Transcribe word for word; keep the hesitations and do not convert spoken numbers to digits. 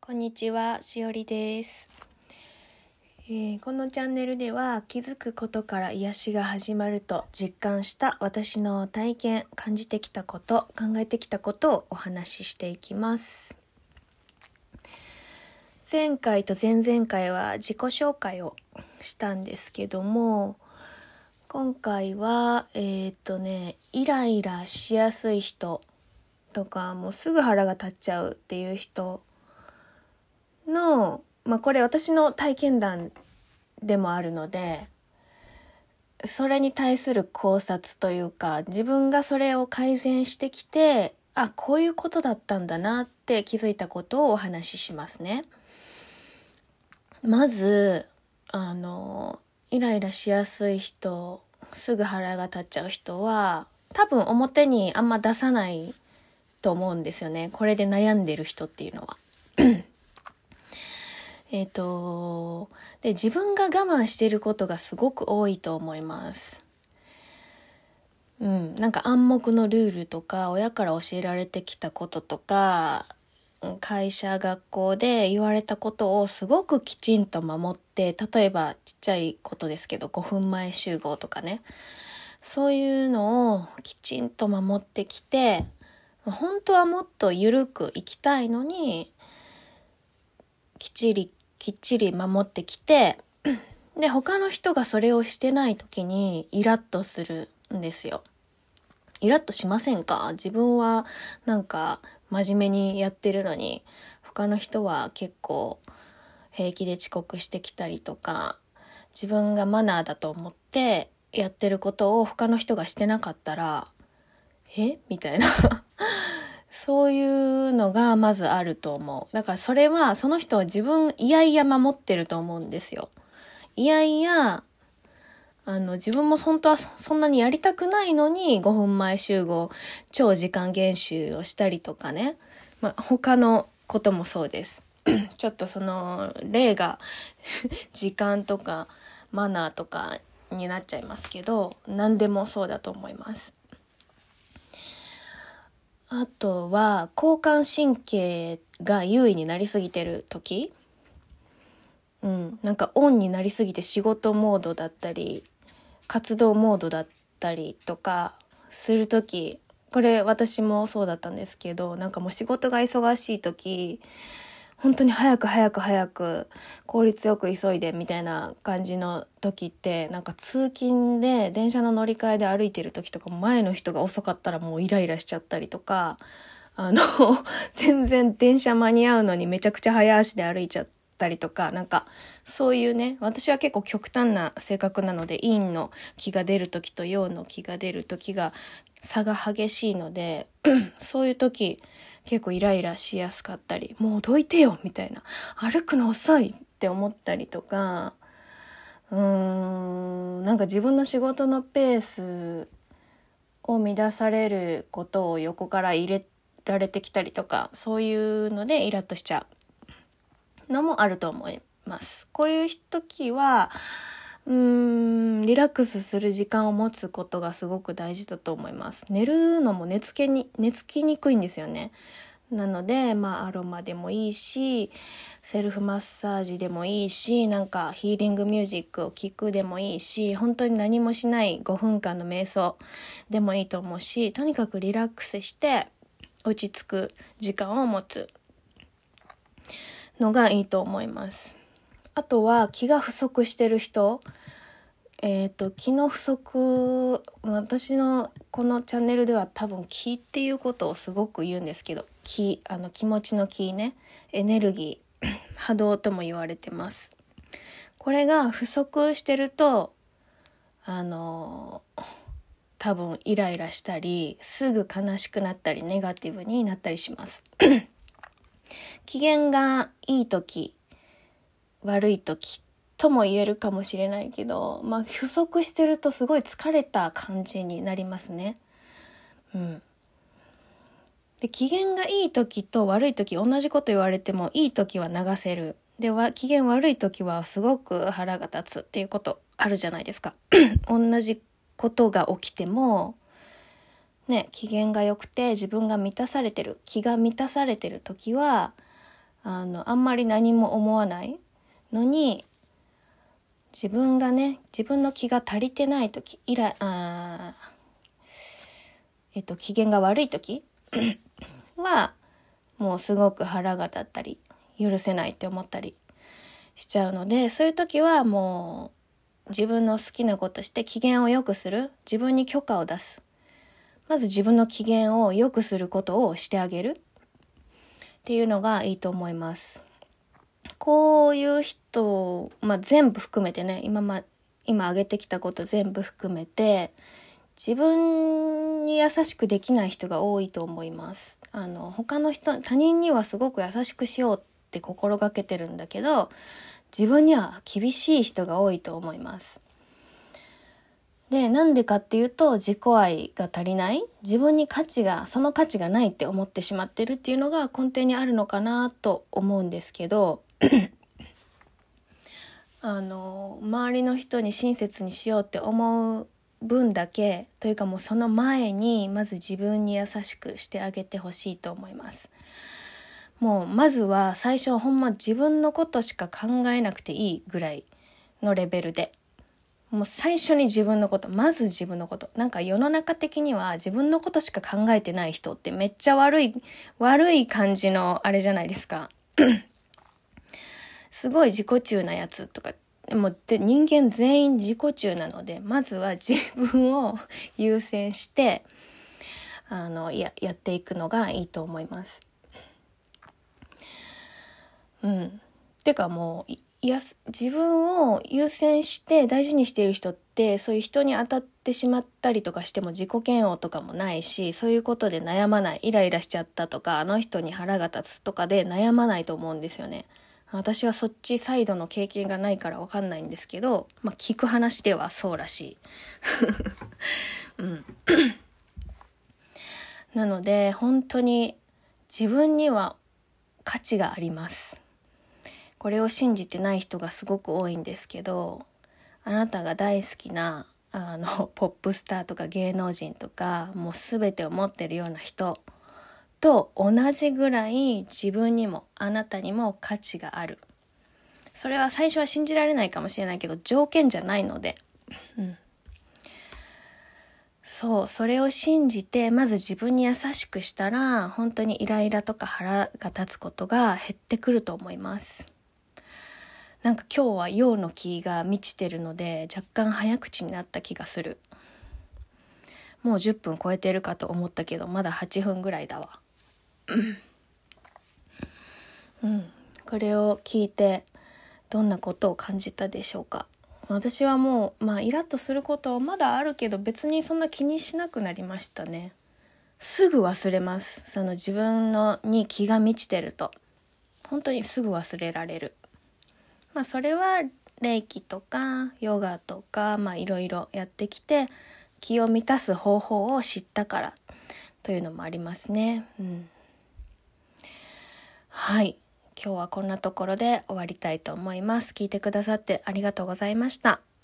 こんにちは、しおりです、えー、このチャンネルでは気づくことから癒しが始まると実感した私の体験、感じてきたこと、考えてきたことをお話ししていきます。前回と前々回は自己紹介をしたんですけども、今回はえー、っとねイライラしやすい人とか、もうすぐ腹が立っちゃうっていう人の、まあこれ私の体験談でもあるので、それに対する考察というか、自分がそれを改善してきて、あ、こういうことだったんだなって気づいたことをお話ししますね。まず、あの、イライラしやすい人、すぐ腹が立っちゃう人は、多分表にあんま出さないと思うんですよね。これで悩んでる人っていうのは。えっと、で、自分が我慢していることがすごく多いと思います。うん、なんか暗黙のルールとか、親から教えられてきたこととか、会社、学校で言われたことをすごくきちんと守って、例えばちっちゃいことですけど、ごふんまえ集合とかね、そういうのをきちんと守ってきて、本当はもっと緩く生きたいのに、きっちりきっちり守ってきて、で他の人がそれをしてない時にイラッとするんですよ。イラッとしませんか？自分はなんか真面目にやってるのに、他の人は結構平気で遅刻してきたりとか、自分がマナーだと思ってやってることを他の人がしてなかったら、え？みたいなそういうのがまずあると思う。だからそれはその人は自分いやいや守ってると思うんですよ。いやいや、あの自分も本当はそんなにやりたくないのにごふんまえ集合、超時間厳守をしたりとかね。まあ他のこともそうです。ちょっとその例が時間とかマナーとかになっちゃいますけど、何でもそうだと思います。あとは交感神経が優位になりすぎてる時、うん、なんかオンになりすぎて仕事モードだったり活動モードだったりとかする時、これ私もそうだったんですけど、なんかもう仕事が忙しい時、本当に早く早く早く効率よく急いでみたいな感じの時って、なんか通勤で電車の乗り換えで歩いてる時とか、前の人が遅かったらもうイライラしちゃったりとか、あの全然電車間に合うのにめちゃくちゃ早足で歩いちゃったりとか、なんかそういうね、私は結構極端な性格なので、陰の気が出る時と陽の気が出る時が差が激しいのでそういう時結構イライラしやすかったり、もうどいてよみたいな、歩くの遅いって思ったりとか、うーんなんか自分の仕事のペースを乱されることを横から入れられてきたりとか、そういうのでイラッとしちゃうのもあると思います。こういう時はうーんリラックスする時間を持つことがすごく大事だと思います。寝るのも寝つけに寝つきにくいんですよね。なのでまあアロマでもいいし、セルフマッサージでもいいし、なんかヒーリングミュージックを聴くでもいいし、本当に何もしないごふんかんの瞑想でもいいと思うし、とにかくリラックスして落ち着く時間を持つのがいいと思います。あとは気が不足してる人、えっと気の不足、私のこのチャンネルでは多分気っていうことをすごく言うんですけど、気、あの気持ちの気ね、エネルギー波動とも言われてます。これが不足してると、あの多分イライラしたり、すぐ悲しくなったり、ネガティブになったりします機嫌がいい時、悪い時とも言えるかもしれないけど、まあ不足してるとすごい疲れた感じになりますね。うん。で、機嫌がいい時と悪い時、同じこと言われてもいい時は流せる。で、機嫌悪い時はすごく腹が立つっていうことあるじゃないですか。同じことが起きても、ね、機嫌が良くて自分が満たされてる、気が満たされてる時は、 あのあんまり何も思わないのに、自分がね自分の気が足りてない時、イラあえっと機嫌が悪い時はもうすごく腹が立ったり許せないって思ったりしちゃうので、そういう時はもう自分の好きなことして機嫌を良くする、自分に許可を出す、まず自分の機嫌を良くすることをしてあげるっていうのがいいと思います。こういう人、まあ、全部含めてね、今ま今挙げてきたこと全部含めて自分に優しくできない人が多いと思います。あの他の人、他人にはすごく優しくしようって心がけてるんだけど、自分には厳しい人が多いと思います。で、なんでかっていうと、自己愛が足りない、自分に価値がその価値がないって思ってしまってるっていうのが根底にあるのかなと思うんですけどあの周りの人に親切にしようって思う分だけというか、もうその前にまず自分に優しくしてあげてほしいと思います。もうまずは最初はほんま自分のことしか考えなくていいぐらいのレベルで、もう最初に自分のこと、まず自分のこと。なんか世の中的には自分のことしか考えてない人ってめっちゃ悪い悪い感じのあれじゃないですかすごい自己中なやつとか、もうで人間全員自己中なので、まずは自分を優先してあの や, やっていくのがいいと思います。うん。てかもういや自分を優先して大事にしている人って、そういう人に当たってしまったりとかしても自己嫌悪とかもないし、そういうことで悩まない、イライラしちゃったとか、あの人に腹が立つとかで悩まないと思うんですよね。私はそっちサイドの経験がないから分かんないんですけど、まあ、聞く話ではそうらしい、うん、なので本当に自分には価値があります。これを信じてない人がすごく多いんですけど、あなたが大好きなあのポップスターとか芸能人とか、もう全てを持ってるような人と同じぐらい自分にもあなたにも価値がある。それは最初は信じられないかもしれないけど条件じゃないので、うん、そうそれを信じてまず自分に優しくしたら、本当にイライラとか腹が立つことが減ってくると思います。なんか今日は陽の気が満ちてるので若干早口になった気がする。もうじゅっぷん超えてるかと思ったけどまだはっぷんぐらいだわうん、これを聞いてどんなことを感じたでしょうか。私はもうまあイラッとすることはまだあるけど、別にそんな気にしなくなりましたね。すぐ忘れます。その自分のに気が満ちてると本当にすぐ忘れられる。まあそれはレイキとかヨガとか、まあいろいろやってきて気を満たす方法を知ったからというのもありますね。うん、はい、今日はこんなところで終わりたいと思います。聞いてくださってありがとうございました。